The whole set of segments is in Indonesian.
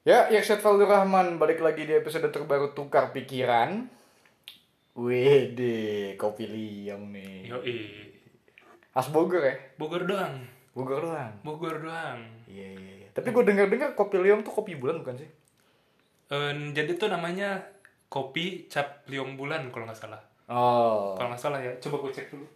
Ya, Yaksyat Faldur Rahman balik lagi di episode terbaru Tukar Pikiran. Wede, kopi liam nih. Yoi. Khas Bogor ya? Bogor doang. Bogor doang. Bogor doang. Iya, iya, iya. Tapi gue dengar kopi liam tuh kopi bulan bukan sih? Jadi tuh namanya kopi cap liong bulan kalau nggak salah. Oh. Kalau nggak salah ya, coba gue cek dulu.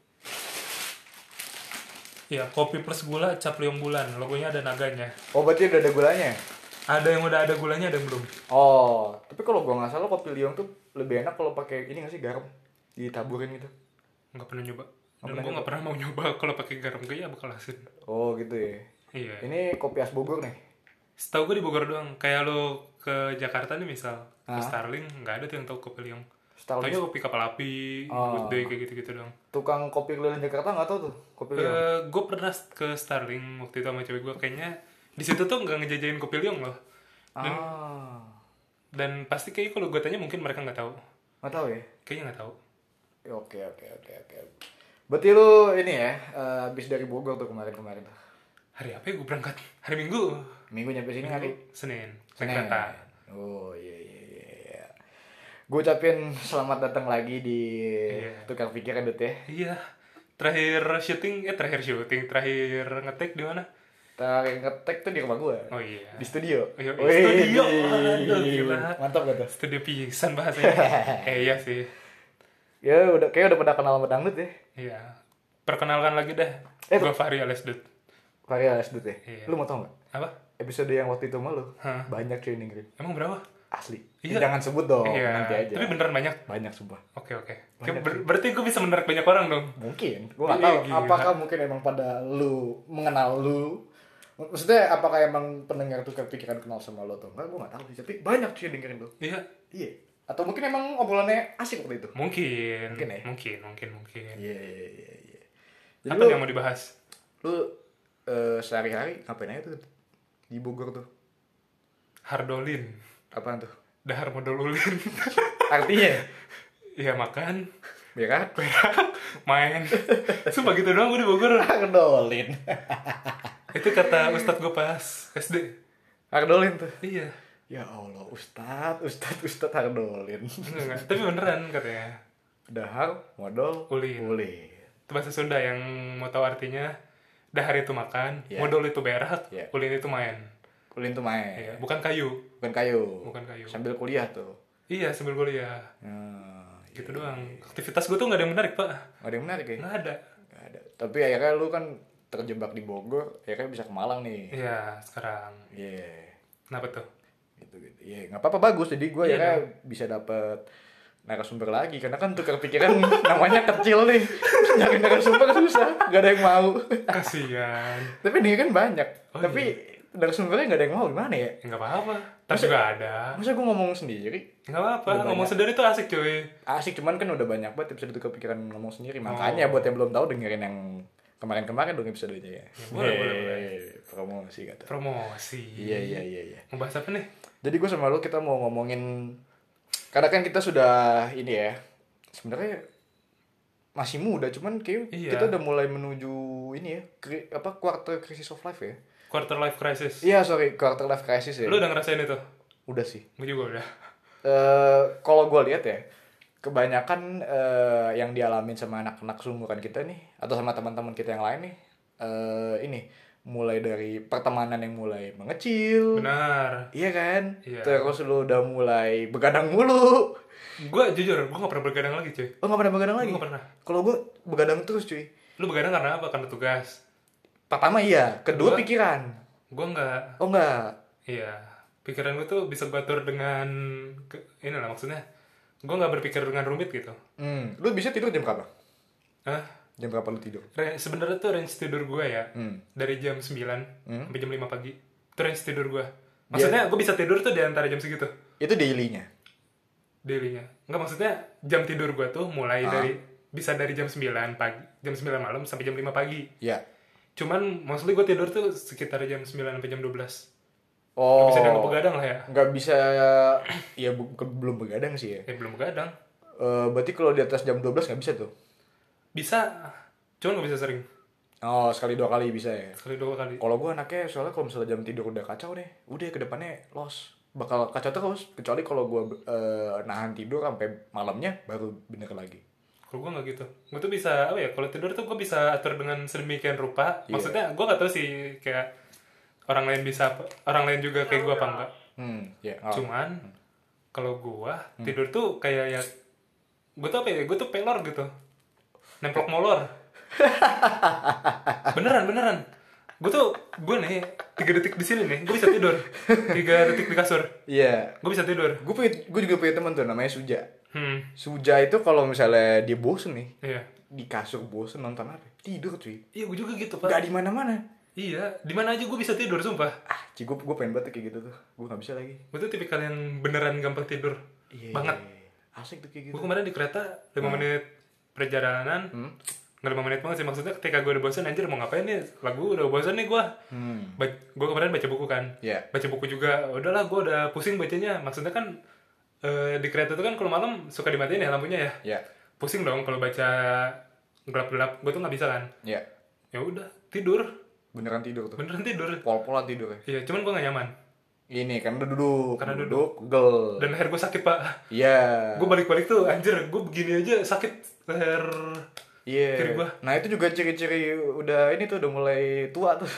Ya, kopi plus gula cap liong bulan. Logonya ada naganya. Oh, berarti udah ada gulanya? Ada yang udah ada gulanya, ada yang belum. Oh, tapi kalau gue nggak salah kopi liam tuh lebih enak kalau pakai ini nggak sih garam ditaburin gitu. Nggak pernah nyoba. Nggak Dan pernah gue nggak pernah mau nyoba kalau pakai garam kayaknya bakal asin. Oh, gitu ya. Iya. Ini kopi khas Bogor nih. Setahu gue di Bogor doang. Kayak lo ke Jakarta nih misal, ke Hah? Starling, nggak ada tuh yang tahu kopi liong. Starling. Taunya kopi kapal api, Oh. Good Day kayak gitu-gitu doang. Tukang kopi keliling Jakarta nggak tahu tuh kopi liam. Gue pernah ke Starling waktu itu sama cewek gue, kayaknya di situ tuh nggak ngejajain kopi liong loh. Ah, Dan pasti kayak kalau gue tanya mungkin mereka nggak tahu. nggak tahu ya. Kayaknya nggak tahu. Oke, oke, oke, oke. Berarti lu ini ya, habis dari Bogor tuh kemarin-kemarin tuh. Hari apa ya gue berangkat? Hari Minggu. Minggu nyampe sini hari Senin. Naik Senin. kereta. Oh, iya, iya, iya, iya. Gue ucapin selamat datang lagi di Iya. Tukar Pikiran, Dut ya. Iya. Terakhir terakhir ngetek di mana? Terakhir ngetek tuh di rumah gue. Oh iya. Di studio. Iya, Wih, studio. Aduh, gila. Mantap gak tuh? Studio pisan bahasanya. Iya sih. Ya udah, kayak udah pada kenal sama Dangdut ya. Iya. Perkenalkan lagi dah. Gue Fahri alias Dut. Varia Dut ya. Iya. Lu mau tau gak? Apa? Episode yang waktu itu sama lu, Hah? banyak cuy yang dengerin. Emang berapa? Asli. Iya. Jangan sebut dong, Iya. nanti aja. Tapi beneran banyak. Banyak sumpah. Oke. Banyak Berarti gue bisa menarik banyak orang dong. Mungkin, gue nggak Iya, tahu gila. apakah mungkin emang pada lu mengenal lu. Maksudnya apakah emang pendengar tukar pikiran kenal sama lu atau enggak, gue nggak tahu sih. Tapi banyak cuy yang dengerin lu. Iya. Iya. Atau mungkin emang obrolannya asik waktu itu. Mungkin. Mungkin ya? Mungkin. Iya, iya, iya, iya. Jadi Apa lu, yang mau dibahas? lu sehari-hari ngapain aja tuh di Bogor tuh? Hardolin. Apaan tuh? Dahar modal ulin. Artinya Iya makan, berak, main. Sumpah gitu doang gue di Bogor. Ardolin. Itu kata ustadz gue pas SD. Ardolin tuh. Iya. Ya Allah, Ustadz Ardolin. Enggak. Tapi beneran katanya. Dahar, modal, Ulin. ulin. Itu bahasa Sunda yang mau tahu artinya. Dahar itu makan, Iya. modal itu berak, Iya. ulin itu main. Ulin tuh main. Iya. Bukan kayu. Bukan kayu. Bukan kayu. Sambil kuliah tuh. Iya sambil kuliah. Nah, Gitu doang. Aktivitas gue tuh gak ada yang menarik pak. gak ada yang menarik ya? Nggak ada. Gak ada. Tapi akhirnya lu kan terjebak di Bogor, akhirnya bisa ke Malang nih. Iya sekarang. Iya. Kenapa tuh? Gitu. Iya, nggak apa-apa, bagus. Jadi gue Iya akhirnya bisa dapet narasumber lagi. Karena kan tukar pikiran namanya kecil nih. Nyari narasumber susah. Gak ada yang mau. Kasian. Tapi dia kan banyak. Oh, Tapi narasumbernya gak ada yang mau. Gimana ya? Nggak apa-apa. Tapi juga ada. Masa gue ngomong sendiri? Nggak apa-apa. Udah Ngomong banyak. sendiri tuh asik cuy. Asik, cuman kan udah banyak banget episode tukar pikiran ngomong sendiri. Oh. Makanya buat yang belum tahu dengerin yang kemarin-kemarin dong episodenya ya. boleh. Promosi kata. Promosi. Iya. Mau bahas apa nih? Jadi gue sama lu kita mau ngomongin, karena kan kita sudah ini ya, sebenarnya masih muda, cuman kayak Iya. kita udah mulai menuju ini ya, quarter crisis of life ya. Quarter life crisis. Iya, sorry, quarter life crisis ya. Lu udah ngerasain itu? Udah sih. Gue juga udah. Kalau gue lihat ya, kebanyakan yang dialamin sama anak-anak seumuran kita nih, atau sama teman-teman kita yang lain nih, ini mulai dari pertemanan yang mulai mengecil. Benar. Iya kan? Iya. Terus lu udah mulai begadang mulu. Gue jujur, gue gak pernah bergadang lagi cuy. Oh, gak pernah begadang lagi? Gue gak pernah. Kalau gue begadang terus cuy. Lu begadang karena apa? Karena tugas. Pertama iya, kedua Kedua? pikiran. Gue nggak. Oh enggak. Iya. Pikiran gue tuh bisa gue atur dengan ini lah maksudnya. Gue nggak berpikir dengan rumit gitu. Lu bisa tidur jam berapa? Hah? Jam berapa lu tidur? Sebenarnya tuh range tidur gue ya dari jam 9 sampai jam 5 pagi. Itu range tidur gue. Maksudnya gue bisa tidur tuh di antara jam segitu. Itu daily-nya. Dailynya. Enggak maksudnya jam tidur gue tuh mulai bisa dari jam 9 pagi, jam 9 malam sampai jam 5 pagi. Iya. Cuman mostly gue tidur tuh sekitar jam 9 sampai jam 12. Oh. Gak bisa dianggap begadang lah ya. Nggak bisa, ya belum begadang sih ya. Belum begadang. Berarti kalau di atas jam 12 nggak bisa tuh? Bisa, cuman gak bisa sering. Oh, sekali dua kali bisa ya. Sekali dua kali. Kalau gue anaknya soalnya kalau misalnya jam tidur udah kacau deh, udah ke depannya los. bakal kacau terus, kecuali kalau gue nahan tidur sampai malamnya baru bener lagi. Kalau gue nggak gitu, gue tuh bisa apa ya? Kalau tidur tuh gue bisa atur dengan sedemikian rupa. Maksudnya gue nggak tahu sih kayak orang lain bisa, orang lain juga kayak gue apa enggak. Cuman kalau gue tidur tuh kayak ya, gue tuh apa ya? Gue tuh pelor gitu, nemplok molor. Beneran. Gue nih 3 detik di sini nih, gue bisa tidur. 3 detik di kasur. Iya. Gue bisa tidur. Gue juga punya teman tuh namanya Suja. Suja itu kalau misalnya dia bosen nih, Iya. di kasur bosen nonton apa? Tidur cuy. Iya, gue juga gitu, Pak. Gak di mana-mana. Iya, di mana aja gue bisa tidur, sumpah. Gue pengen banget kayak gitu tuh. Gue nggak bisa lagi. Gue tuh tipikal yang beneran gampang tidur. Iya, Banget. Asik tuh kayak gitu. Gue kemarin di kereta 5 menit perjalanan. Nggak 5 menit banget sih, maksudnya ketika gue udah bosan, anjir mau ngapain nih, lagu udah bosan nih gue. Gue kemarin baca buku kan. Baca buku juga, udahlah gue udah pusing bacanya. Maksudnya kan di kereta tuh kan kalau malam suka dimatiin ya lampunya ya. Pusing dong kalau baca gelap-gelap, gue tuh nggak bisa kan. Ya udah tidur. Beneran tidur tuh. Beneran tidur. Pol-polan tidur ya. Iya, cuman gue nggak nyaman. Ini karena duduk. Duduk, pegel. dan leher gue sakit, Pak. Iya. Gue balik-balik tuh, anjir, gue begini aja sakit leher. Iya. Nah itu juga ciri-ciri udah ini tuh udah mulai tua tuh.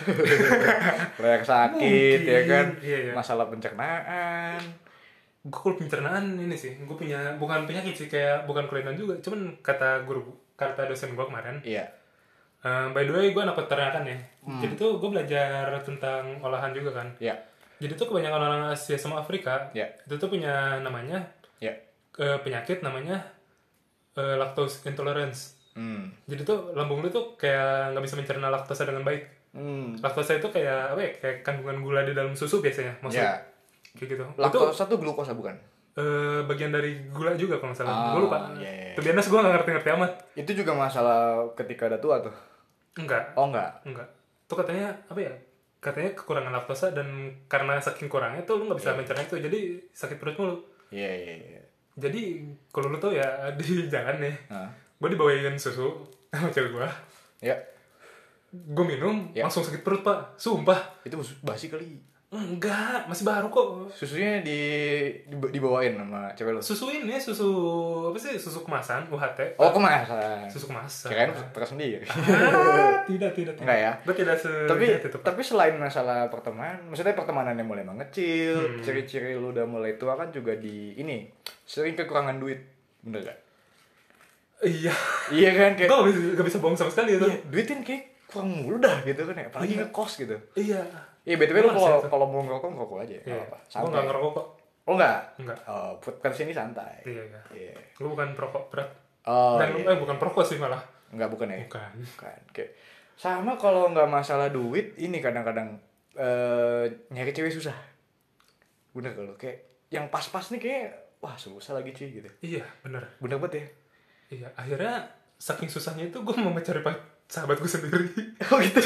Leher sakit. Mungkin. Ya kan. Iya. Masalah pencernaan. Gue kalau pencernaan ini sih, gue punya bukan penyakit sih, kayak bukan kelainan juga, cuman kata dosen gue kemarin. Iya. By the way, gue anak peternakan ya. Jadi tuh gue belajar tentang olahan juga kan. Iya. Jadi tuh kebanyakan orang Asia sama Afrika itu tuh punya namanya penyakit namanya lactose intolerance. Jadi tuh lambung lu tuh kayak nggak bisa mencerna laktosa dengan baik. Laktosa itu kayak apa ya? Kayak kandungan gula di dalam susu biasanya, maksudnya. Kayak gitu. Laktosa tuh glukosa bukan? Bagian dari gula juga kalau nggak salah. Gue lupa. Yeah. Tuh biasa gue nggak ngerti-ngerti amat. Itu juga masalah ketika udah tua tuh? Enggak. Oh enggak? Tuh katanya apa ya? Katanya kekurangan laktosa dan karena saking kurangnya tuh lu nggak bisa mencerna itu, jadi sakit perut mulu. Iya. Jadi kalau lu tuh ya di jalan nih, gue dibawain susu sama cewek gue. Iya. Gue minum langsung sakit perut, Pak. Sumpah. Itu basi kali. Enggak, masih baru kok. Susunya dibawain sama cewek lo? Susu ini, susu apa sih? Susu kemasan, UHT. Oh, kemasan. Susu kemasan. Kirain tersendiri. Tidak. Enggak ya? Gue tidak tapi selain masalah pertemanan, maksudnya pertemanan yang mulai mengecil, ciri-ciri lu udah mulai tua kan juga di ini, sering kekurangan duit. Bener gak? Iya. Iya kan? Kayak gue gak bisa bohong sama sekali itu. Iya, duitin kayak kurang mulu dah gitu kan ya. Apalagi ngekos gitu. Iya. Iya, BTW lu kalau mau ngerokok aja ya. Gue gak ngerokok kok. Oh enggak? Enggak. Oh, podcast ini santai. Iya. Gue bukan perokok berat. Bukan perokok sih malah. Enggak, bukan ya? Bukan. Kayak sama kalau nggak masalah duit, ini kadang-kadang nyari cewek susah. Bener kalau kayak yang pas-pas nih kayak wah susah lagi cuy gitu. Iya, bener banget ya. Iya, akhirnya saking susahnya itu gue mau mencari sahabat gue sendiri. Oh gitu.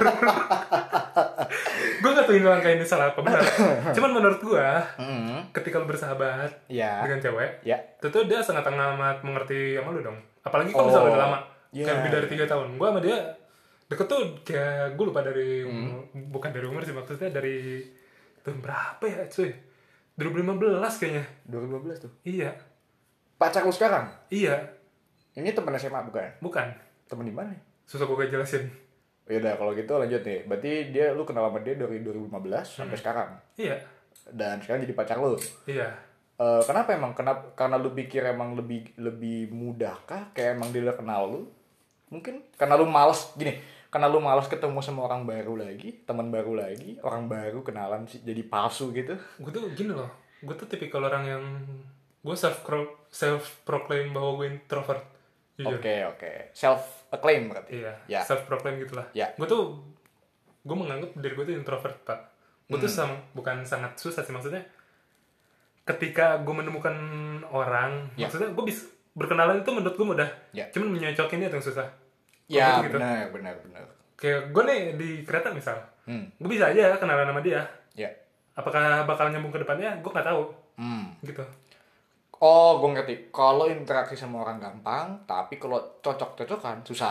Gue gak tahu ini langkah ini salah apa benar. Cuman menurut gue, ketika lu bersahabat dengan cewek, itu dia sangat amat mengerti sama lu dong. Apalagi kalau misalnya udah lama, kayak lebih dari 3 tahun. Gue sama dia deket tuh kayak gue lupa dari bukan dari umur sih, maksudnya dari tahun berapa ya cuy? 2015 kayaknya. 2015 tuh? Iya. Pacar lu sekarang? Iya. Ini temen SMA bukan? Bukan. Temen di mana? Susah gue kayak jelasin. Yaudah kalau gitu lanjut nih. Berarti lu kenal sama dia dari 2015 sampai sekarang? Iya. Dan sekarang jadi pacar lu? Iya. Kenapa emang? Karena lu pikir emang lebih mudah kah? Kayak emang dia udah kenal lu? Mungkin karena lu malas gini. Karena lu malas ketemu sama orang baru lagi, teman baru lagi, orang baru kenalan sih jadi palsu gitu. Gue tuh gini loh. Gue tuh tipikal orang yang gue self proclaim bahwa gue introvert. Oke. Self acclaim berarti. Iya. Ya. Self proclaim gitulah. Ya. Gue menganggap diri gue tuh introvert, Pak. Gue tuh bukan sangat susah sih, maksudnya ketika gue menemukan orang, maksudnya gue bisa berkenalan itu menurut gue mudah. Cuman menyocokin dia yang susah. Ya, gitu. Benar. Kayak gue nih di kereta misal, gue bisa aja kenalan sama dia. Ya. Apakah bakal nyambung ke depannya? Gue nggak tahu. Gitu. Oh, gue ngerti. Kalau interaksi sama orang gampang, tapi kalau cocok-cocokan susah.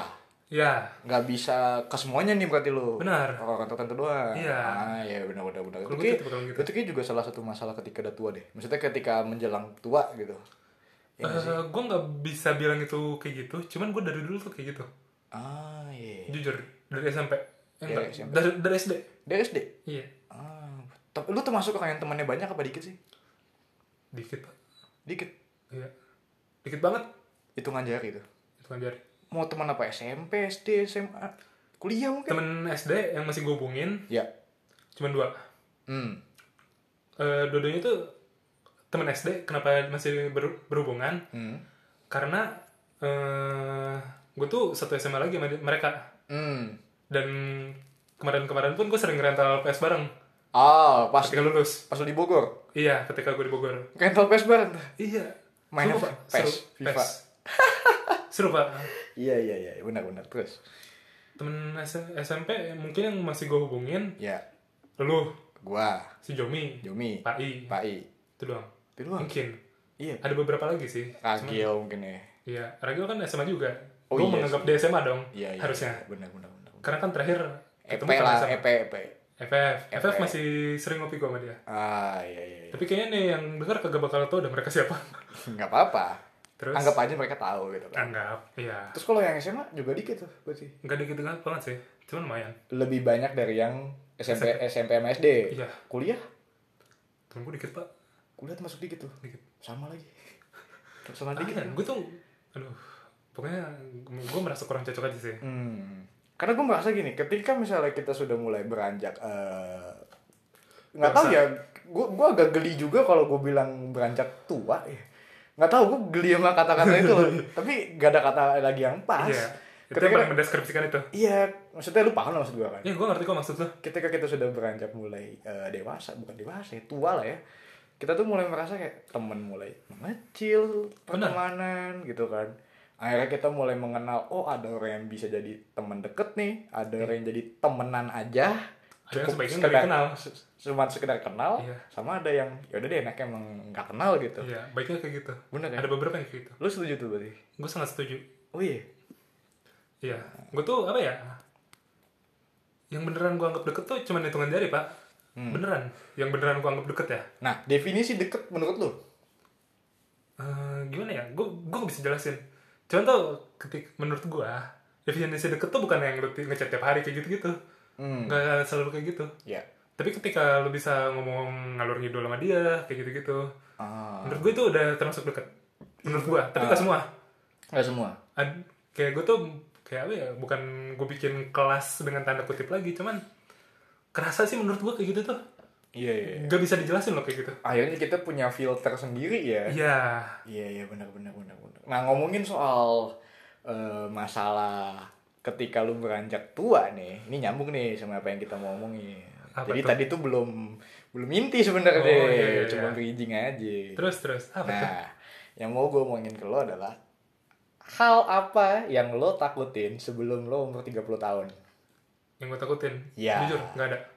Ya. Nggak bisa ke semuanya nih berarti lu. Benar. Orang tertentu doang. Iya. Ya benar. Kalau Itu kayak juga salah satu masalah ketika udah tua deh. Maksudnya ketika menjelang tua gitu. Ya gue nggak bisa bilang itu kayak gitu, cuman gue dari dulu tuh kayak gitu. Iya. Jujur, dari SMP. Dari SMP. Dari SD. Dari SD? Iya. Lu termasuk orang yang temannya banyak apa dikit sih? Dikit, Pak. Dikit? Iya. Dikit banget. Hitungan jari itu? Hitungan jari. Mau teman apa? SMP, SD, SMA? Kuliah mungkin? Temen SD yang masih gue hubungin. Ya. Cuman 2. Dua-duanya tuh temen SD. Kenapa masih berhubungan? Karena gue tuh satu SMA lagi sama mereka. Dan kemarin-kemarin pun gue sering rental PS bareng. Pas ketika lulus. Pas lu di Bogor? Iya, ketika gue di Bogor. Rental PS bareng? Iya. Main apa? PS? FIFA? Seru, Pak. Iya, benar. Terus? Temen SMP mungkin yang masih gue hubungin. Ya. Lu. Gua. Si Jomi. Pak I. Itu doang. Mungkin. Iya. Ada beberapa lagi sih. Ragil mungkin ya. Iya, Ragil kan SMA juga. Gue menganggap dia SMA dong. Iya. Harusnya. Benar. Karena kan terakhir EP lah, FF masih sering ngopi gue sama dia. Iya. Tapi kayaknya nih yang dengar kagak bakal tahu udah mereka siapa. Nggak apa-apa. Terus anggap aja mereka tahu gitu kan. Anggap, iya. Terus kalau yang SMA juga dikit tuh berarti. Nggak dikit banget sih. Cuman lumayan. Lebih banyak dari yang SMP sama SD. Iya. Kuliah? Temen gue dikit, Pak. Kuliah termasuk dikit tuh. Dikit. Sama lagi. Sama dikit. Gue tuh pokoknya gue merasa kurang cocok aja sih. Karena gue merasa gini, ketika misalnya kita sudah mulai beranjak nggak tahu ya, gue agak geli juga kalau gue bilang beranjak tua ya. Nggak tahu, gue geli sama kata-kata itu. Tapi gak ada kata lagi yang pas. Iya. Itu yang paling mendeskripsikan itu. Iya, maksudnya lu paham lah maksud gue kan? Iya, gue ngerti kok maksud lu. Ketika kita sudah beranjak mulai dewasa, bukan dewasa ya, tua lah ya. Kita tuh mulai merasa kayak temen mulai mengecil, pertemanan gitu kan. Akhirnya kita mulai mengenal, ada orang yang bisa jadi teman deket nih, ada orang yang jadi temenan aja. Ada yang sebaiknya nggak dikenal. Cuma sekedar kenal, iya. Sama ada yang yaudah deh enaknya emang nggak kenal gitu. Iya, baiknya kayak gitu. Bener kan? Ada beberapa yang kayak gitu. Lu setuju tuh berarti? Gue sangat setuju. Oh iya? Iya, gue tuh apa ya? Yang beneran gue anggap deket tuh cuma hitungan jari, Pak. Beneran. Yang beneran gue anggap deket ya. Nah, definisi deket menurut lu? Gimana ya? Gue gak bisa jelasin. Cuman tuh menurut gue definisi deket tuh bukan yang lu ngechat tiap hari kayak gitu-gitu. Gak selalu kayak gitu. Iya. Tapi ketika lu bisa ngomong ngalur ngidul sama dia kayak gitu-gitu, menurut gue itu udah termasuk deket. Menurut gue, tapi gak semua. Gak semua. Kayak gue tuh kayak apa ya? Bukan gue bikin kelas dengan tanda kutip lagi, cuman kerasa sih menurut gue kayak gitu tuh. Iya. Gak bisa dijelasin loh kayak gitu. Akhirnya kita punya filter sendiri ya. Iya, benar. Nah, ngomongin soal masalah ketika lu beranjak tua nih, ini nyambung nih sama apa yang kita mau ngomongin. Jadi tadi tuh belum inti sebenarnya deh, cuma bridging aja. Terus apa tuh? Nah, yang mau gue omongin ke lo adalah hal apa yang lo takutin sebelum lo umur 30 tahun? Yang gue takutin? Ya. Jujur, gak ada.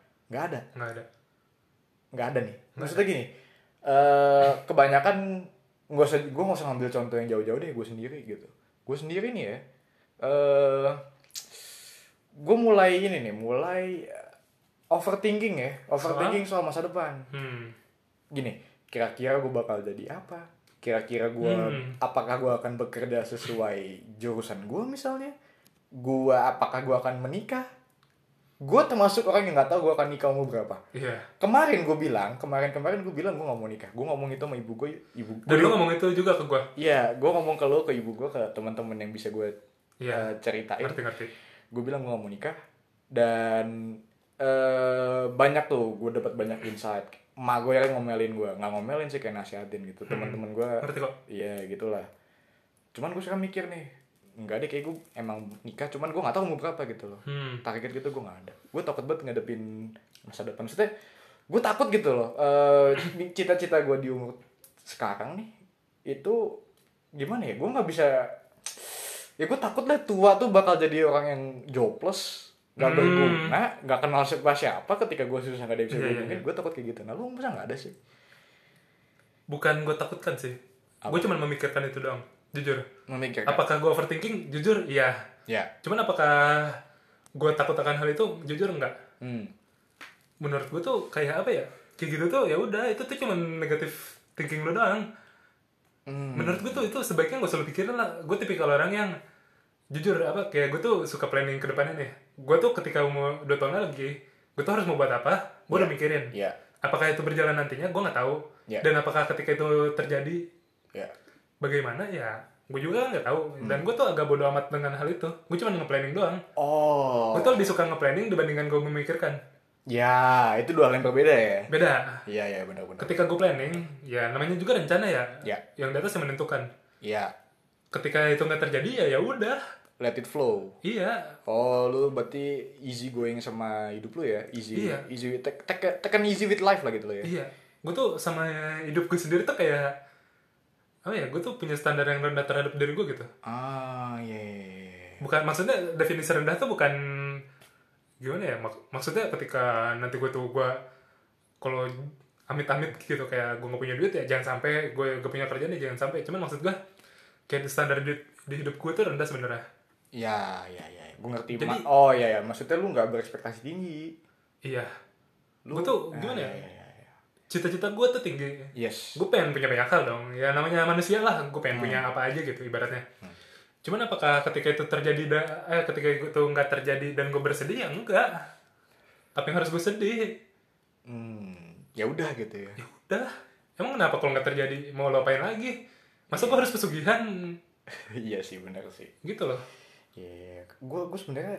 Nggak ada nih. Maksudnya gini, kebanyakan gue nggak usah ngambil contoh yang jauh-jauh deh, gue sendiri gitu. Gue sendiri nih ya, gue mulai overthinking soal masa depan. Gini, kira-kira gue bakal jadi apa? Kira-kira gue apakah gue akan bekerja sesuai jurusan gue misalnya? Apakah gue akan menikah? Gue termasuk orang yang nggak tahu gue akan nikah umur berapa. Iya. Kemarin gue bilang gue nggak mau nikah. Gue ngomong itu sama ibu gue. Dan lu ngomong itu juga ke gue? Iya, gue ngomong ke lo, ke ibu gue, ke teman-teman yang bisa gue ceritain. Ngerti. Gue bilang gue nggak mau nikah. Dan banyak tuh, gue dapat banyak insight. Emak gue yang ngomelin gue, nggak ngomelin sih, kayak nasihatin gitu. Teman-teman gue. Ngerti kok. Iya gitulah. Cuman gue sekarang mikir nih, enggak deh, kayak gue emang nikah, cuman gue nggak tahu umur berapa gitu loh. Target gitu gue nggak ada. Gue takut banget ngadepin masa depan. Maksudnya gue takut gitu loh. Cita-cita gue di umur sekarang nih itu gimana ya? Gue nggak bisa. Ya gue takut lah tua tuh bakal jadi orang yang jobless, gak berguna, gak kenal siapa ketika gue susah gak ada yang bisa ngomongin. Gue takut kayak gitu. Nah lu masa nggak ada sih? Bukan gue takutkan sih. Gue cuma memikirkan itu doang. Jujur. Memikirkan. Apakah gue overthinking? Jujur, iya. Ya. Cuman apakah gue takut akan hal itu? Jujur enggak. Menurut gue tuh kayak apa ya? Kayak gitu tuh ya udah, itu tuh cuma negatif thinking lo doang. Menurut gue tuh itu sebaiknya gak usah lo pikirin lah. Gue tipikal orang yang jujur apa kayak gue tuh suka planning ke depannya nih. Gue tuh ketika umur 2 tahun lagi, gue tuh harus mau buat apa? Gue udah mikirin. Apakah itu berjalan nantinya? Gue nggak tahu. Dan apakah ketika itu terjadi? Bagaimana ya? Gue juga nggak tahu. Dan gue tuh agak bodo amat dengan hal itu. Gue cuma nge-planning doang. Gue tuh lebih suka nge-planning dibandingkan gue memikirkan. Ya, itu dua hal yang berbeda ya. Beda. Iya, benar-benar. Ketika gue planning, ya namanya juga rencana ya. Yang di atas yang menentukan. Iya. Ketika itu nggak terjadi ya udah. Let it flow. Iya. Oh, lu berarti easy going sama hidup lu ya? Easy take an easy with life lah gitu lo ya. Iya. Gue tuh sama hidup gue sendiri tuh kayak apa ya? Gue tuh punya standar yang rendah terhadap diri gue gitu. Iya. Bukan, maksudnya definisi rendah tuh bukan gimana ya? Maksudnya ketika nanti gue kalau amit-amit gitu kayak gue nggak punya duit ya jangan sampai, gue gak punya kerjaan ya jangan sampai. Cuman maksud gue kayak standar di hidup gue tuh rendah sebenarnya. Iya. Gue ngerti. Jadi, iya. Maksudnya lu nggak berekspektasi tinggi. Iya. Gue tuh gimana ya? Cita-cita gue tuh tinggi. Yes. Gue pengen punya banyak hal dong. Ya namanya manusia lah. Gue pengen punya apa aja gitu ibaratnya. Cuman apakah ketika itu terjadi ketika itu nggak terjadi dan gue bersedih ya enggak. Apa yang harus gue sedih? Ya udah gitu ya. Ya udah. Emang kenapa kalau nggak terjadi mau lo apain lagi? Masa gue harus pesugihan? Iya sih, benar sih. Gitu loh. Iya. Gue sebenarnya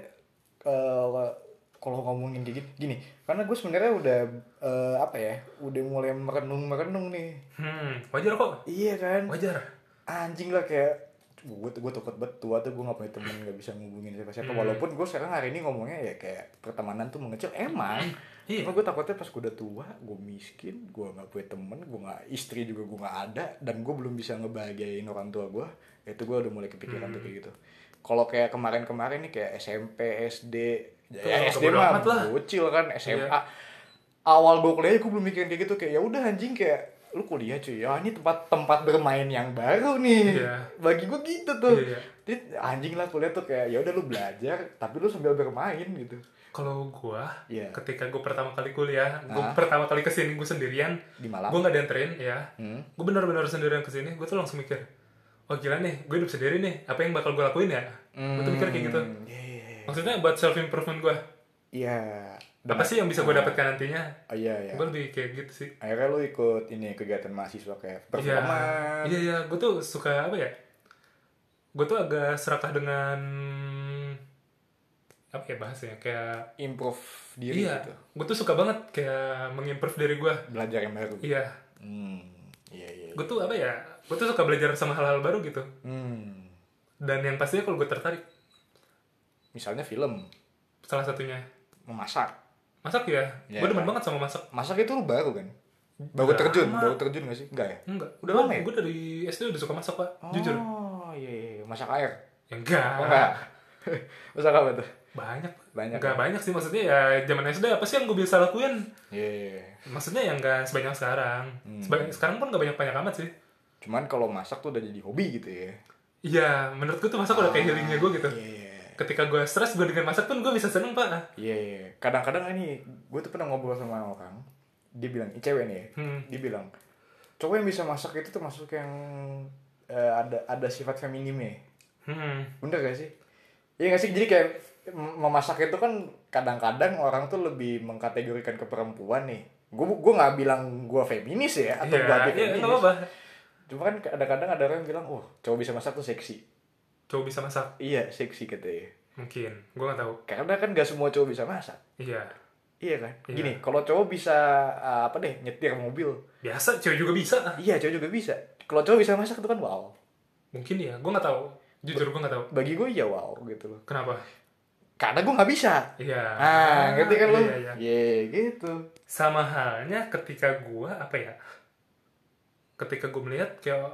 kalau ngomongin kayak gini, karena gue sebenarnya udah udah mulai merenung nih. Wajar kok. Iya kan. Wajar. Anjing lah kayak gue takut banget tua tuh gue nggak punya temen, nggak bisa ngubungin siapa-siapa. Walaupun gue sekarang hari ini ngomongnya ya kayak pertemanan tuh mengecil emang. Cuma gue takutnya pas gue udah tua, gue miskin, gue nggak punya temen, gue nggak, istri juga gue nggak ada, dan gue belum bisa ngebahagiain orang tua gue. Itu gue udah mulai kepikiran tuh kayak gitu. Kalau kayak kemarin nih kayak SMP, SD, ya SD mah bocil kan, SMA. Iya. Awal gue kuliah gue belum mikirin kayak gitu, kayak ya udah anjing kayak lu kuliah cuy, ya ini tempat bermain yang baru nih. Iya. Bagi gue gitu tuh. Iya. Jadi anjing lah kuliah tuh kayak ya udah lu belajar tapi lu sambil bermain gitu. Kalau gue, ketika gue pertama kali kuliah, gue pertama kali kesini gue sendirian, di Malang. Gue nggak dianterin ya. Gue benar-benar sendirian kesini, gue tuh langsung mikir, oh gila nih, gue hidup sendiri nih, apa yang bakal gue lakuin ya? Gue tuh mikir kayak gitu. Maksudnya buat self improvement gue. Iya. Apa sih yang bisa gue dapatkan nantinya? Iya. Gue lebih kayak gitu sih. Akhirnya lu ikut ini kegiatan mahasiswa kayak perfilman. Iya. Gue tuh suka apa ya? Gue tuh agak serakah dengan apa ya bahasanya, kayak improve diri gitu. Gue tuh suka banget kayak mengimprove diri gue. Belajar yang baru. Iya. Iya. Gue tuh apa ya? Gue tuh suka belajar sama hal-hal baru gitu. Dan yang pastinya kalau gue tertarik. Misalnya film. Salah satunya. Memasak. Masak ya? Gue demen banget sama masak. Masak itu lu baru kan? Baru terjun gak sih? Enggak ya? Enggak. Udah lama ya? Gue dari SD udah suka masak, Pak. Jujur. Oh iya. Masak air? Ya enggak. Oh enggak. Masak apa tuh? Banyak. Enggak banyak sih, maksudnya ya zaman SD apa sih yang gue bisa lakuin? Iya. Maksudnya yang enggak sebanyak sekarang. Sekarang pun enggak banyak amat sih. Cuman kalau masak tuh udah jadi hobi gitu ya. Iya, menurut gue tuh masak udah kayak healingnya gue gitu. Iya. Ketika gue stres, gue dengan masak pun gue bisa seneng, Pak. Iya. Kadang-kadang ini gue tuh pernah ngobrol sama orang, dia bilang, cewek nih ya, dia bilang cowok yang bisa masak itu tuh masuk yang ada sifat feminimnya. Bener gak sih? Iya gak sih? Jadi kayak memasak itu kan kadang-kadang orang tuh lebih mengkategorikan ke perempuan nih. Gue nggak bilang gue feminis ya atau gue feminis. Iya, apa. Cuma kan kadang-kadang ada orang yang bilang, oh cowok bisa masak tuh seksi. Cowok bisa masak? Iya, seksi katanya. Mungkin, gue gak tahu. Karena kan gak semua cowok bisa masak. Iya. Iya kan? Iya. Gini, kalau cowok bisa nyetir mobil. Biasa, cewek juga bisa. Iya, cowok juga bisa. Kalau cowok bisa masak itu kan wow. Mungkin ya, gue gak tahu. Jujur gue gak tahu. Bagi gue ya wow gitu loh. Kenapa? Karena gue gak bisa. Iya. Ngerti kan lo? Iya, gitu. Sama halnya ketika gue, ketika gue melihat kayak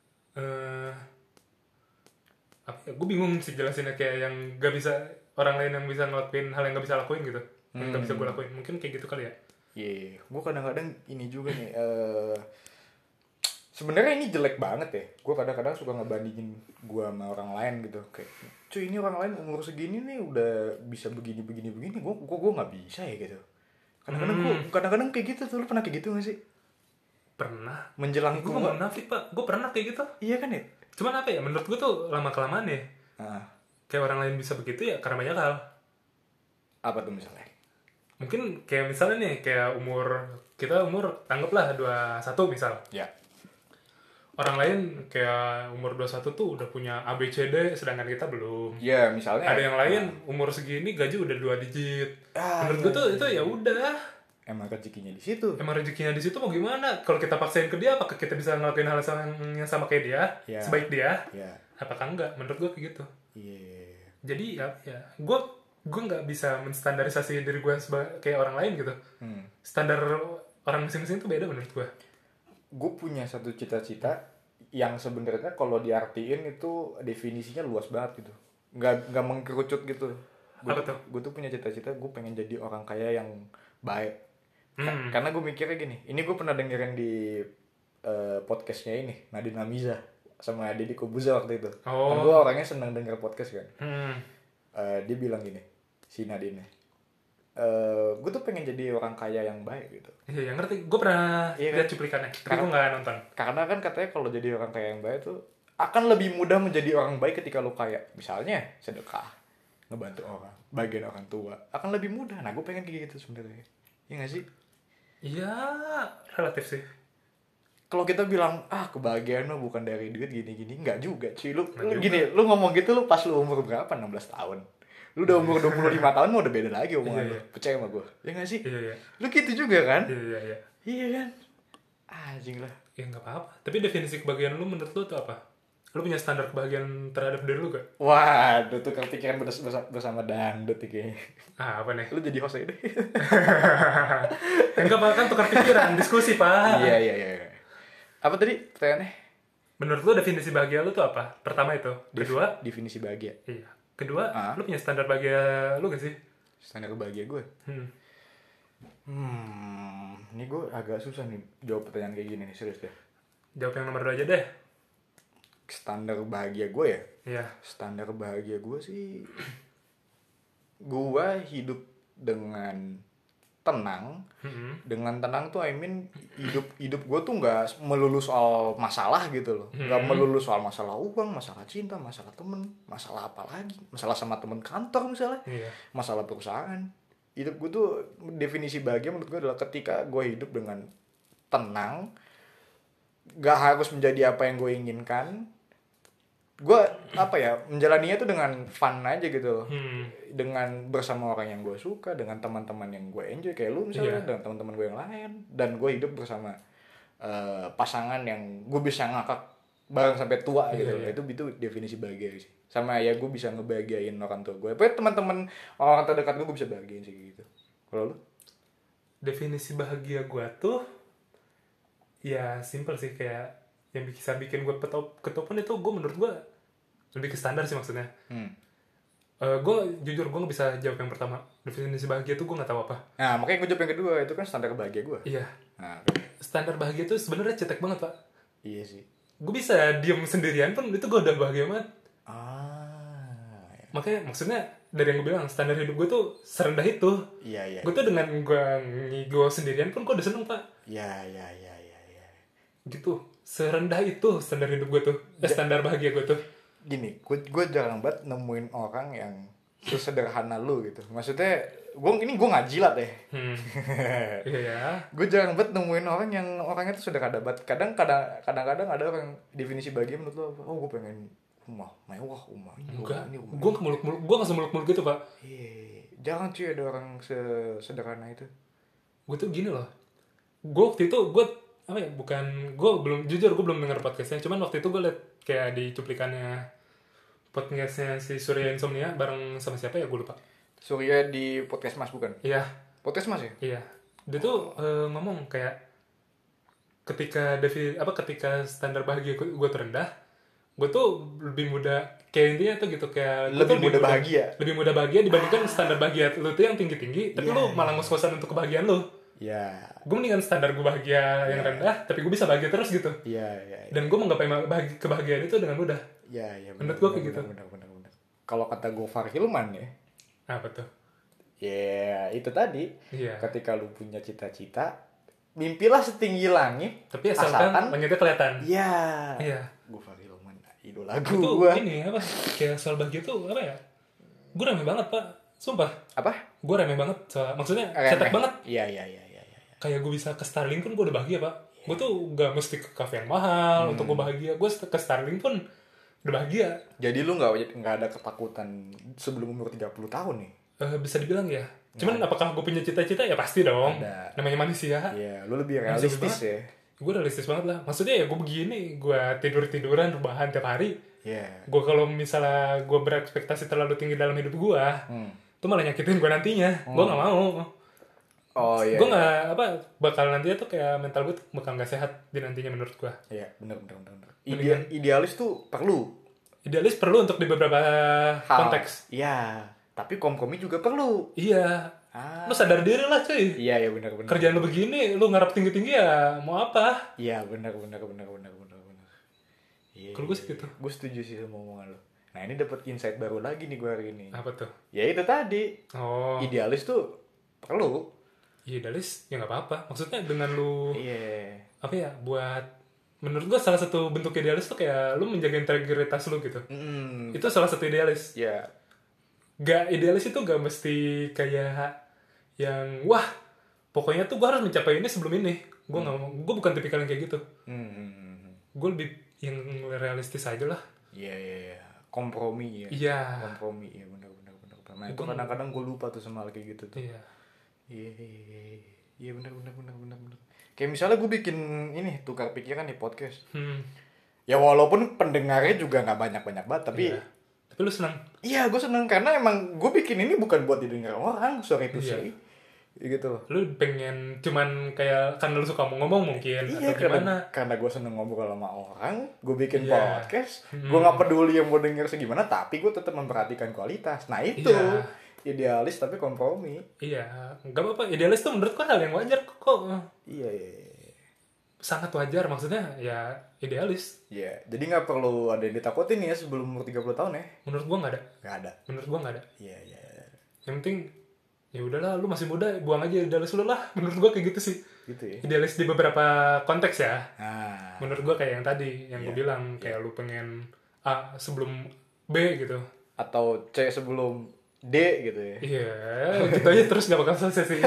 gue bingung sih jelasinnya, kayak yang gak bisa, orang lain yang bisa ngelakuin hal yang gak bisa lakuin gitu, yang gak bisa gue lakuin, mungkin kayak gitu kali ya. Gue kadang-kadang ini juga nih, sebenarnya ini jelek banget ya. Gue kadang-kadang suka ngebandingin gue sama orang lain gitu. Kayak, cuy ini orang lain umur segini nih udah bisa begini. Gue nggak bisa ya gitu. Kadang-kadang kayak gitu tuh. Lu pernah kayak gitu nggak sih? Pernah. Menjelang gue nggak munafik pak. Gue pernah kayak gitu. Iya kan ya. Cuman apa ya? Menurut gue tuh lama kelamaan ya. Kayak orang lain bisa begitu ya karena banyak hal. Apa tuh misalnya? Mungkin kayak misalnya nih kayak kita umur anggaplah 21 misal. Ya. Orang lain kayak umur 21 tuh udah punya ABCD sedangkan kita belum. Ya, misalnya ada yang lain umur segini gaji udah 2 digit. Menurut gue tuh itu ya udah. Emang rezekinya di situ. Mau gimana? Kalau kita paksain ke dia, apakah kita bisa ngelakuin hal yang sama kayak dia? Ya. Sebaik dia? Ya. Apakah enggak? Menurut gue kayak gitu. Iya. Jadi ya gue nggak bisa menstandarisasi diri gue kayak orang lain gitu. Standar orang masing-masing tuh beda menurut gue. Gue punya satu cita-cita yang sebenarnya kalau diartiin itu definisinya luas banget gitu, nggak mengkerucut gitu. Apa tuh? Gue tuh punya cita-cita gue pengen jadi orang kaya yang baik. Karena gue mikirnya gini, ini gue pernah dengerin di podcastnya ini Nadine Amiza sama Deddy Kobuza waktu itu. Kan gue orangnya senang denger podcast kan. Dia bilang gini, si Nadine, gue tuh pengen jadi orang kaya yang baik gitu. Iya, ngerti. Gue pernah lihat cuplikannya, tapi gue nggak nonton. Karena kan katanya kalau jadi orang kaya yang baik tuh akan lebih mudah menjadi orang baik ketika lo kaya. Misalnya sedekah, ngebantu orang, bagian orang tua, akan lebih mudah. Nah, gue pengen kayak gitu sebenarnya. Iya nggak sih? Iya, relatif sih. Kalau kita bilang kebahagiaan lo bukan dari duit gini-gini, nggak juga cuy. Lu gini, lu ngomong gitu lu pas lu umur berapa? 16 tahun. Lu udah umur 25 tahun mah udah beda lagi omongan lu. Percaya sama gue. Ya nggak sih? Iya. Lu gitu juga kan? Iya. Iya kan? Anjing lah. Ya nggak apa-apa. Tapi definisi kebahagiaan lu menurut lu tuh apa? Lu punya standar kebahagiaan terhadap diri lu gak? Waduh, tuh kepikiran bersama dangdut kayaknya. Apa nih? Lu jadi host aja deh. Enggak apa kan tukar pikiran, diskusi pak. Iya. Apa tadi pertanyaannya? Menurut lu definisi bahagia lu tuh apa? Pertama itu. Kedua? Definisi bahagia. Iya. Kedua, lu punya standar bahagia lu gak sih? Standar bahagia gue? Ini gue agak susah nih jawab pertanyaan kayak gini nih, serius deh. Jawab yang nomor 2 aja deh. Standar bahagia gue ya? Iya. Standar bahagia gue sih, gue hidup dengan tenang. Dengan tenang tuh I mean hidup gue tuh nggak melulu soal masalah gitu loh. Nggak melulu soal masalah uang, masalah cinta, masalah temen, masalah apa lagi, masalah sama temen kantor misalnya, masalah perusahaan. Hidup gue tuh definisi bahagia menurut gue adalah ketika gue hidup dengan tenang, nggak harus menjadi apa yang gue inginkan. Gue menjalaninya tuh dengan fun aja gitu loh. Dengan bersama orang yang gue suka, dengan teman-teman yang gue enjoy kayak lu misalnya, dengan teman-teman gue yang lain, dan gue hidup bersama pasangan yang gue bisa ngakak bareng sampai tua gitu loh. Itu definisi bahagia sih. Sama ya gue bisa ngebahagiain orang tua gue. Pokoknya teman-teman orang terdekat gue bisa bahagiain sih gitu. Kalau lu? Definisi bahagia gue tuh ya simple sih, kayak yang bisa bikin gue ketupan itu gue menurut gue lebih ke standar sih maksudnya. Gue jujur gue nggak bisa jawab yang pertama. Definisi bahagia tuh gue nggak tahu apa. Nah makanya gue jawab yang kedua, itu kan standar bahagia gue. Iya. Nah, standar bahagia tuh sebenarnya cetek banget pak. Iya sih. Gue bisa diem sendirian pun itu gue udah bahagia banget. Makanya maksudnya dari yang gue bilang standar hidup gue tuh serendah itu. Iya. Gue tuh dengan gue sendirian pun gue udah seneng pak. Iya. Gitu, serendah itu standar hidup gue tuh, standar bahagia gue tuh. Gini, gue jarang banget nemuin orang yang sesederhana lu gitu. Maksudnya, gue nggak jilat ya. Iya. Gue jarang banget nemuin orang yang orangnya tuh sederhana banget. Kadang-kadang ada orang definisi bahagia menurut lo apa? Gue pengen rumah mewah, rumah ini. Enggak, gue nggak semuluk-muluk gitu pak. Iya, jangan cuy ada orang sederhana itu. Gue tuh gini loh. Gue waktu itu gue belum dengar podcastnya, cuman waktu itu gue liat kayak di cuplikannya podcastnya si Surya Insomnia bareng sama siapa ya gue lupa. Surya di podcast Mas bukan? Iya. Podcast Mas ya? Iya. Dia tuh ngomong kayak ketika standar bahagia gue terendah, gue tuh lebih mudah, kayak intinya tuh gitu, kayak lebih mudah bahagia dibandingkan standar bahagia lu tuh yang tinggi-tinggi, tapi lu malah ngos-ngosan untuk kebahagiaan lu. Iya. Gue mendingan standar gue bahagia yang rendah, tapi gue bisa bahagia terus gitu. Iya. Dan gue menggapai kebahagiaan itu dengan mudah. Iya. Menurut gue kayak gitu. Benar. Kalau kata Gofar Hilman ya. Apa tuh? Ya itu tadi. Iya. Ketika lu punya cita-cita, mimpilah setinggi langit. Tapi asalkan langitnya kelihatan. Iya. Gofar Hilman, idola gue. Itu ini apa? Kayak soal bahagia tuh apa ya? Gue remeh banget pak, sumpah. Apa? Gue remeh banget, maksudnya cetek banget. Iya. Kayak gue bisa ke Starling pun gue udah bahagia pak. Gue tuh gak mesti ke cafe yang mahal untuk gue bahagia. Gue ke Starling pun udah bahagia. Jadi lu nggak ada ketakutan sebelum umur 30 tahun nih? Bisa dibilang ya. Cuman apakah gue punya cita-cita? Ya pasti dong. Ada. Namanya manusia. Iya, lu lebih realistis ya. Gue realistis banget lah. Maksudnya ya gue begini, gue tiduran rebahan tiap hari. Iya. Gue kalau misalnya gue berekspektasi terlalu tinggi dalam hidup gue, itu malah nyakitin gue nantinya. Gue nggak mau. Oh iya. Gue nggak bakal nantinya tuh kayak mental gue tuh bakal nggak sehat di nantinya menurut gue. Iya, benar. Idealis tuh perlu. Idealis perlu untuk di beberapa konteks. Iya, tapi kompromi juga perlu. Iya. Lu sadar diri lah cuy. Iya benar. Kerjaan lu begini, lu ngarep tinggi-tinggi ya mau apa? Iya benar. Iya. Kalau gue sih gitu. Gue setuju sih sama omongan lu. Nah ini dapat insight baru lagi nih gue hari ini. Apa tuh? Ya itu tadi. Oh. Idealis tuh perlu. Idealis ya nggak apa-apa. Maksudnya dengan lu. Iya. Apa ya? Buat menurut gue salah satu bentuk idealis tuh kayak lu menjaga integritas lu gitu. Itu salah satu idealis. Iya. Gak idealis itu gak mesti kayak yang wah pokoknya tuh gue harus mencapai ini sebelum ini. Gue nggak mau. Gue bukan tipikal yang kayak gitu. Gue lebih yang realistis aja lah. Iya. Kompromi ya. Iya. Kompromi ya benar. Nah itu kadang-kadang gue lupa tuh sama hal kayak gitu tuh. Iya. Iya benar. Kayak misalnya gue bikin ini tukar pikiran di podcast. Ya walaupun pendengarnya juga nggak banyak banget tapi. Iya. Tapi lu senang? Iya gue senang karena emang gue bikin ini bukan buat didengar orang, sorry to say. Gitu loh. Lu pengen cuman kayak karena lu suka ngomong mungkin iya, atau gimana? Karena gue seneng ngobrol sama orang, gue bikin podcast, gue nggak peduli yang mau denger segimana, tapi gue tetap memperhatikan kualitas. Nah itu idealis tapi kompromi. Iya, nggak apa-apa. Idealis tuh menurut gue hal yang wajar kok. Iya. Sangat wajar maksudnya ya idealis. Iya, jadi nggak perlu ada yang ditakutin ya sebelum umur 30 tahun ya. Menurut gue nggak ada. Nggak ada. Menurut gue nggak ada. Iya. Yang penting ya udahlah, lu masih muda, buang aja idealis lu lah. Menurut gue kayak gitu sih. Gitu ya. Idealis di beberapa konteks ya. Nah. Menurut gue kayak yang tadi, yang gue bilang kayak lu pengen A sebelum B gitu. Atau C sebelum D gitu ya. Iya, gitu aja terus gak bakal selesai sih.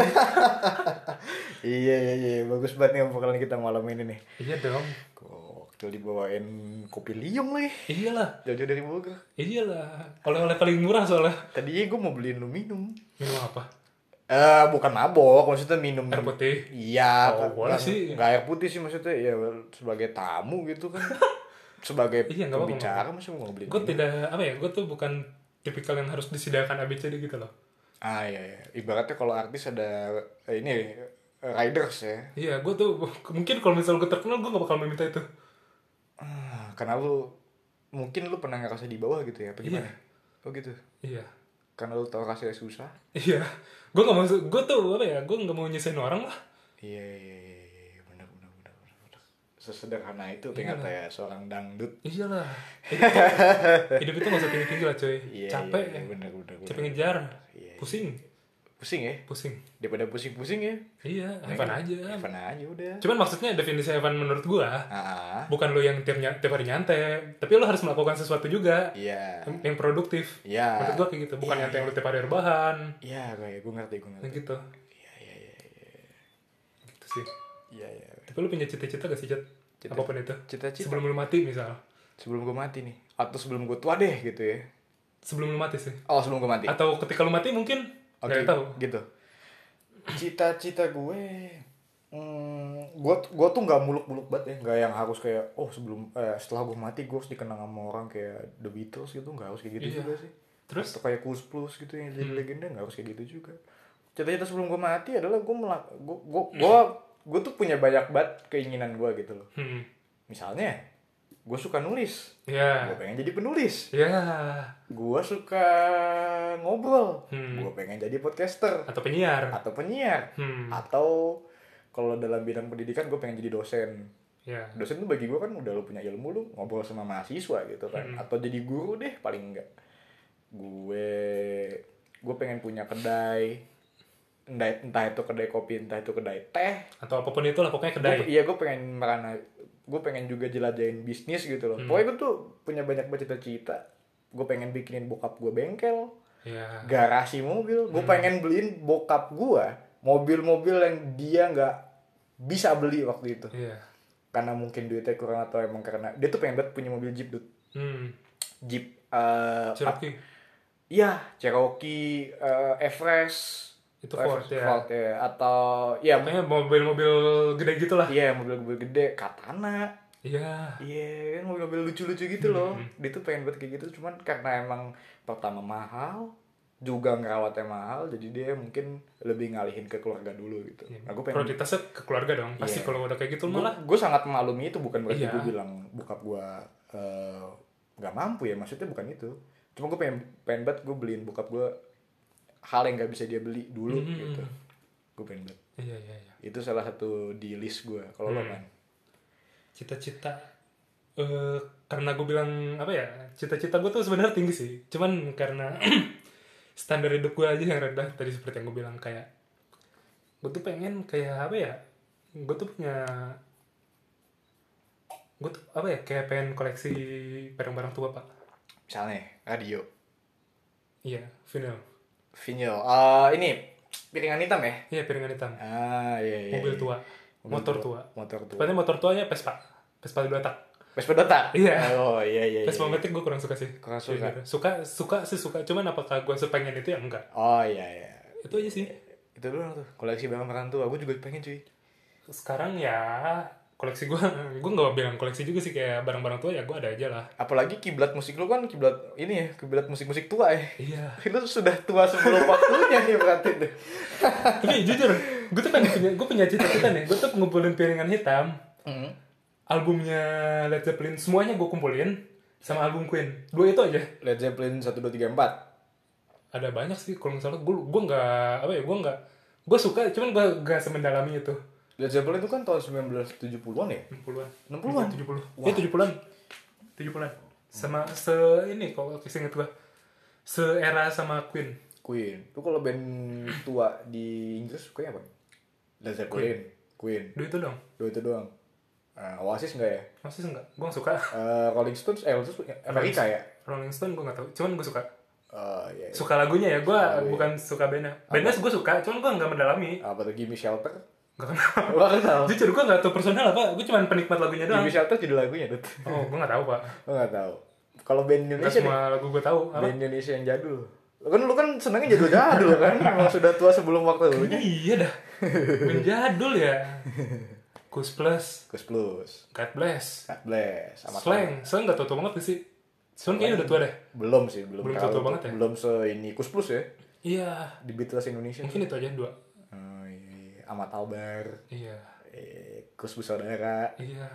Iya. Bagus banget nih obrolan kita malam ini nih. Iya dong. Kok dibawain kopi liung lagi. Iyalah. Jauh-jauh dari Bogor. Iyalah. Oleh-oleh paling murah soalnya. Tadinya gue mau beliin lu minum. Minum apa? Bukan mabok, maksudnya minum Air putih. Iya, boleh sih. Nggak air putih sih maksudnya, ya sebagai tamu gitu kan. Sebagai pembicara masih mau beliin. Gue tidak apa ya, gue tuh bukan tipikal yang harus disediakan ABCD gitu loh. Iya. Ibaratnya kalau artis ada ini riders ya. Iya, gue tuh mungkin kalau misal gue terkenal gue gak bakal meminta itu. Karena mungkin lu pernah ngerasa di bawah gitu ya, apa gimana? Oh gitu. Iya. Karena lu tau rasanya susah. Iya. Gue tuh apa ya, gue gak mau nyesain orang lah. Iya. Benar. Sesederhana itu ternyata ya seorang dangdut. Iyalah. Hidup itu gak usah tinggi-tinggi lah coy. Capek. Iya, bener. Capek ngejar. Pusing ya? Pusing. Daripada pusing-pusing ya? Iya, have fun aja. Have fun aja udah. Cuman maksudnya definisi have fun menurut gua, bukan lo yang tiap hari nyantai, tapi lo harus melakukan sesuatu juga. Iya. Yang produktif. Iya. Menurut gua kayak gitu, bukan nyantai yang lo tiap hari rebahan. Iya, gue ngerti. Gitu. Iya. Gitu sih. Iya. Tapi lo punya cita-cita gak sih, Cat? Apapun itu. Cita-cita. Sebelum lo mati misal. Sebelum gue mati nih. Atau sebelum gue tua deh gitu ya. Sebelum lo mati sih. Oh, sebelum gue mati. Atau ketika lo mati mungkin. Oke, tahu. Gitu. Cita-cita gue gue tuh nggak muluk-muluk banget ya, nggak yang harus kayak setelah gue mati gue harus dikenang sama orang kayak The Beatles gitu, nggak harus kayak gitu juga sih. Terus atau kayak Kus Plus gitu yang jadi legenda, nggak harus kayak gitu juga. Cita-cita sebelum gue mati adalah gue tuh punya banyak banget keinginan gue gitu loh. Misalnya gue suka nulis. Iya. Gue pengen jadi penulis. Iya. Gue suka ngobrol. Gue pengen jadi podcaster. Atau penyiar. Atau kalau dalam bidang pendidikan gue pengen jadi dosen. Iya. Dosen tuh bagi gue kan udah lu punya ilmu, lu ngobrol sama mahasiswa gitu kan. Atau jadi guru deh paling enggak. Gue pengen punya kedai. Entah itu kedai kopi, entah itu kedai teh. Atau apapun itu lah, pokoknya kedai. Gue pengen juga jelajahin bisnis gitu loh. Pokoknya gue tuh punya banyak cita-cita. Gue pengen bikinin bokap gue bengkel, garasi mobil. Gue pengen beliin bokap gue mobil-mobil yang dia nggak bisa beli waktu itu. Karena mungkin duitnya kurang atau emang karena dia tuh pengen banget punya mobil Jeep, Dut. Jeep Cherokee. Iya, Cherokee, Everest. Itu Ford ya. Atau ya makanya mobil-mobil gede gitu lah. Iya, mobil-mobil gede, Katana. Iya. Iya, kan mobil-mobil lucu-lucu gitu loh. Dia tuh pengen buat kayak gitu, cuman karena emang pertama mahal, juga ngerawatnya mahal, jadi dia mungkin lebih ngalihin ke keluarga dulu gitu. Iya. Nah, gue pengen prioritasnya ke keluarga dong. Pasti kalau udah kayak gitu malah. Gue sangat memaklumi itu, bukan berarti gue bilang bokap gue nggak mampu ya, maksudnya bukan itu. Cuma gue pengen banget gue beliin bokap gue hal yang nggak bisa dia beli dulu gitu. Gue pengen banget. Iya. Itu salah satu di list gue. Kalau lo kan? Cita-cita karena gue bilang apa ya, cita-cita gue tuh sebenarnya tinggi sih. Cuman karena standar hidup gue aja yang rendah, tadi seperti yang gue bilang, kayak gue tuh pengen kayak apa ya, gue tuh apa ya, kayak pengen koleksi barang-barang tua, Pak. Misalnya radio. Iya, vinyl. Ini piringan hitam ya? Iya, piringan hitam. Iya. Mobil tua. Motor tua. Tepatnya motor tuanya Vespa 2 tak. Vespa 2 tak? Iya. Iya. Vespa Matic gue kurang suka sih. Suka. Cuman apakah gue sepengen itu ya enggak. Iya. Itu aja sih. Itu doang tuh. Koleksi barang-barang tua. Gue juga pengen cuy. Sekarang ya koleksi gue nggak bilang koleksi juga sih, kayak barang-barang tua ya gue ada aja lah. Apalagi kiblat musik lu kan kiblat musik-musik tua ya. Iya. Lu sudah tua sebelum waktunya nih berarti tuh. Tapi jujur, gue punya cita-cita nih. Gue tuh ngumpulin piringan hitam. Albumnya Led Zeppelin semuanya gue kumpulin, sama album Queen. 2 itu aja. Led Zeppelin 1 2 3 4. Ada banyak sih kalau misalnya gue nggak apa ya, gue suka, cuman gue nggak semendalami itu. Led Zeppelin itu kan tahun 1970-an ya? 60-an. 60-an? 70. Ya 70-an. Sama ini kalau inget gue. Seera sama Queen. Itu kalau band tua di Inggris sukanya apa? Led Zeppelin, Queen. 2 itu doang. Oasis enggak ya? Oasis enggak. Gue gak suka. Rolling Stones Amerika ya? Rolling Stone gue gak tahu. Cuman gue suka. Iya. Suka lagunya ya. Gue bukan suka bandnya. Bandnya gue suka. Cuman gue gak mendalami. Apa tuh Gimme Shelter? Gak kenal. Jujur gue gak tau personal apa. Gue cuma penikmat lagunya doang. Gimme Shelter judul lagunya tuh. Oh, gue gak tahu, Pak. Gue gak tahu. Kalau band Indonesia gak semua lagu gue tahu. Band Indonesia yang jadul. Lu kan senengnya jadul kan? Memang sudah tua sebelum waktunya. Iya dah. Band jadul ya. Kus Plus. God Bless. Sama Slang gak tau banget sih. Slang kayaknya udah tua deh. Belum sih, belum tua banget ya. Belum ini Kus Plus ya. Iya. Di Beatles Indonesia. Mungkin itu aja 2. Amat Albar. Iya. Kus Bersaudara. Iya.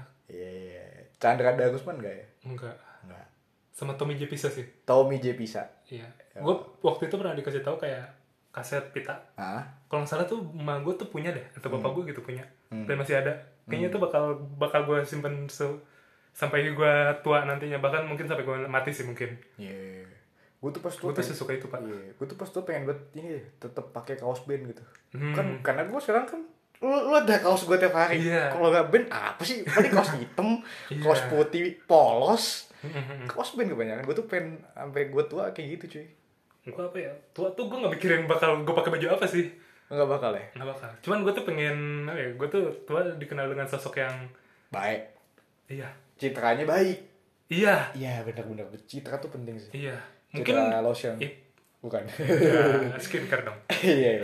Chandra Darusman enggak ya? Enggak. Sama Tommy J Pisa sih. Tommy J Pisa. Iya. Gue waktu itu pernah dikasih tahu kayak kaset pita. Kalau nggak salah tuh emak gue tuh punya deh, atau bapak gue gitu punya. Dan masih ada. Kayaknya tuh bakal gue simpen sampai gue tua nantinya, bahkan mungkin sampai gue mati sih mungkin. Iya. Gue tuh sesuka itu, Pak. Iya. Gue tuh pas tuh pengen buat ini tetap pakai kaos band gitu. Kan karena gue sekarang kan lu ada kaos gue tiap hari. Iya. Kalau nggak band apa sih? Paling kaos hitam, kaos putih, polos. Kaos band kebanyakan. Gue tuh pengen sampai gue tua kayak gitu cuy. Gue apa ya? Tua tuh gue nggak mikirin bakal gue pakai baju apa sih. Nggak bakal ya? Nggak bakal. Cuman gue tuh pengen apa ya? Gue tuh tua dikenal dengan sosok yang baik. Iya. Citranya baik. Iya. Iya benar-benar. Citra tuh penting sih. Iya. Mungkin Citra lotion. Bukan. Ya, skincare dong. Iya.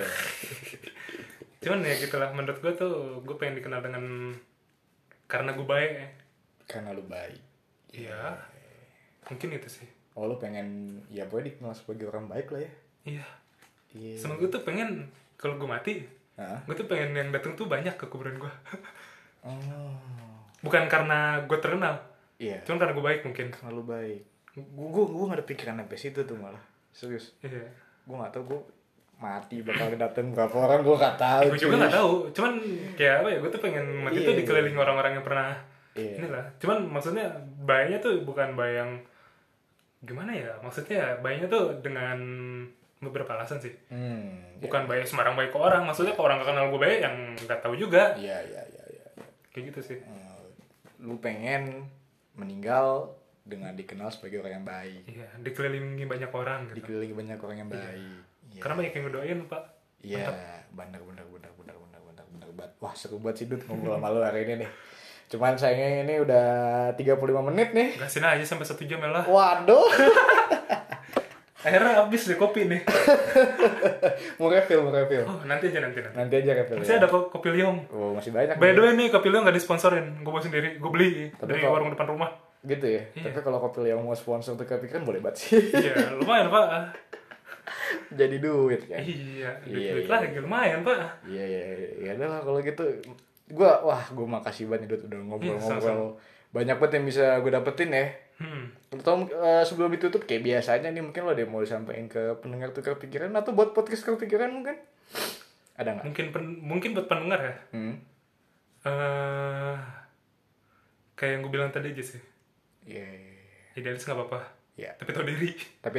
Cuman ya gitulah, menurut gue tuh gue pengen dikenal dengan karena gue baik ya. Karena lu baik. Iya. Mungkin itu sih. Oh lu pengen ya boleh dikenal sebagai orang baik lah ya. Iya. Sama gue tuh pengen kalau gue mati, gue tuh pengen yang datang tuh banyak ke kuburan gue. Bukan karena gue terkenal, Iya. Cuman karena gue baik mungkin. Karena lu baik. Gue gak ada pikiran sampai situ tuh malah. Serius. Iya. Gue gak tahu gue mati bakal dateng berapa orang, gue gak tahu. Gue juga gak tahu. Cuman kayak apa ya, gue tuh pengen mati tuh dikelilingi orang-orang yang pernah inilah. Cuman maksudnya bayanya tuh bukan bayang gimana ya, maksudnya bayanya tuh dengan beberapa alasan sih. Bukan baik sembarang baik ke orang, maksudnya ke orang gak kenal gue baik yang gak tahu juga. Iya. Kayak gitu sih. Lu pengen meninggal dengan dikenal sebagai orang yang baik. Iya, dikelilingi banyak orang gitu. Dikelilingi banyak orang yang baik. Iya. Karena banyak yang ngedoain, Pak. Iya, benar banget. Wah, seru banget sih Dut ngobrol sama lu hari ini nih. Cuman sayangnya ini udah 35 menit nih. Gasin aja sampai 1 jam ya lah. Waduh. Akhirnya habis deh kopi nih. Mau refill. Oh, nanti aja. Nanti aja refill. Masih ada kopi liong. Oh, masih banyak. By the way nih, kopi liong gak disponsorin. Gue bawa sendiri, gue beli dari warung depan rumah. Gitu ya? Iya. Tapi kalau kopi liong mau sponsor tuh kepikiran boleh banget sih. Iya, lumayan Pak. Jadi duit kan? Iya, duit lagi lumayan Pak. Iya, adalah kalau gitu. Gue makasih banget Dut udah ngobrol-ngobrol. Banyak banget yang bisa gue dapetin ya. Atau sebelum ditutup kayak biasanya nih mungkin lo ada yang mau disampaikan ke pendengar tukar pikiran atau buat podcast tukar pikiran mungkin? Ada nggak? Mungkin buat pendengar ya. Kayak yang gue bilang tadi aja sih. Iya. Idealis nggak apa-apa. Iya. Tapi tahu diri.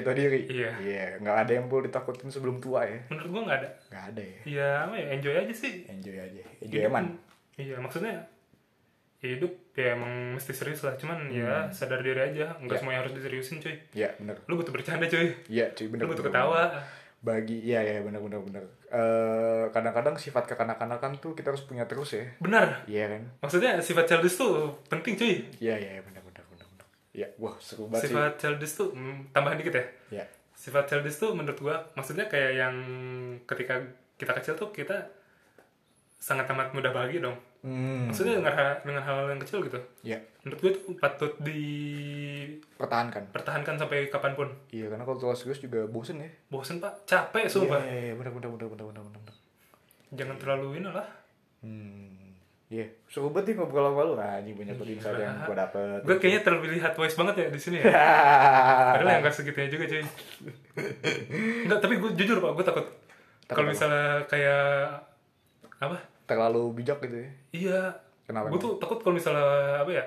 Iya. Nggak ada yang perlu ditakutin sebelum tua ya. Menurut gue nggak ada. Nggak ada ya. Iya, apa ya, enjoy aja sih. Enjoy aman. Iya, maksudnya ya hidup ya emang mesti serius lah, cuman ya sadar diri aja, nggak semuanya harus diseriusin cuy. Iya benar. Lu butuh bercanda cuy. Iya cuy benar. Lu butuh ketawa. Iya benar. Kadang-kadang sifat kekanak-kanakan tuh kita harus punya terus ya. Benar. Iya kan. Maksudnya sifat childish tuh penting cuy. Iya benar. Iya, wah seru banget sifat childish tuh tambahan dikit ya. Iya. Sifat childish tuh menurut gua maksudnya kayak yang ketika kita kecil tuh kita sangat amat mudah bahagia dong. Maksudnya dengan hal yang kecil gitu. Iya. Menurut gue itu patut pertahankan sampai kapanpun. Iya, karena kalau terlalu serius juga bosen ya. Bosen Pak, capek sumpah. Iya, benar. Jangan terlalu ini lah. Iya, seru banget nih ngobrol sama lu. Anjing banyak banget insight yang gue dapet. Gue kayaknya terlalu lihat voice banget ya di sini ya. Padahal yang gak segitunya juga cuy. Enggak, tapi gue jujur Pak, gue takut. Kalau misalnya kayak apa? Terlalu bijak gitu ya. Iya. Kenapa? Gue tuh takut kalau misalnya apa ya?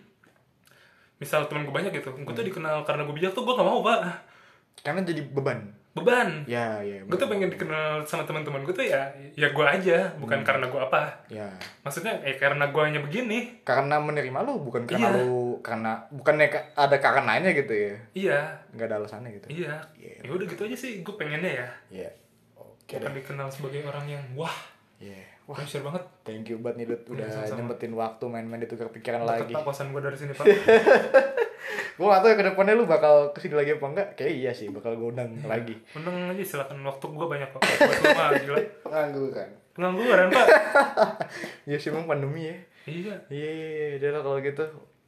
Misal teman gue banyak gitu, gue tuh dikenal karena gue bijak tuh gue gak mau Pak. Karena jadi beban. Iya. Gue tuh pengen dikenal sama teman-teman gue tuh ya gue aja, bukan karena gue apa. Iya. Maksudnya karena gue hanya begini. Karena menerima lu, bukan karena lu bukannya ada karenanya gitu ya. Iya. Nggak ada alasannya gitu. Iya. Ya udah gitu aja sih, gue pengennya ya. Iya. Oke. Bukan dikenal sebagai orang yang wah. Iya. Wah, share banget. Thank you banget nih Dut udah nyempetin waktu main-main di tukar pikiran lagi. Pak kosan gue dari sini Pak. Gue gak tau ya kedepannya lu bakal kesini lagi apa enggak. Kayak iya sih bakal gue undang lagi. Undang aja silakan, waktu gue banyak kok. Buat lu mah gila. Pengangguran Pak. Ya sih emang pandemi ya. Iya. Udah lah kalau gitu.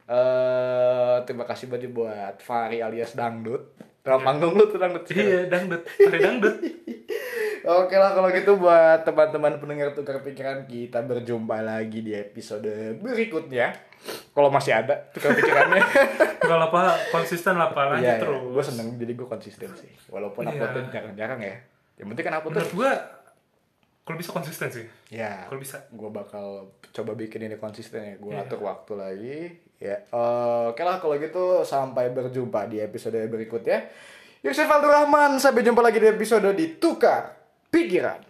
Terima kasih banyak buat Fahri alias Dangdut. Panggung lu tuh Dangdut. Iya Dangdut. Fahri Dangdut. Oke lah kalau gitu buat teman-teman pendengar tukar pikiran, kita berjumpa lagi di episode berikutnya. Kalau masih ada tukar pikirannya. Gak lah Pak, konsisten lah Pak, lanjut terus. Gue seneng jadi gue konsisten sih. Walaupun uploadnya jarang-jarang ya. Yang penting kan upload. Menurut gue kalau bisa konsisten sih. Ya. Kalau bisa. Gue bakal coba bikin ini konsisten ya. Gue atur waktu lagi. Ya. Oke lah kalau gitu sampai berjumpa di episode berikutnya. Yusuf Abdul Rahman, sampai jumpa lagi di episode di Tukar Pikiran.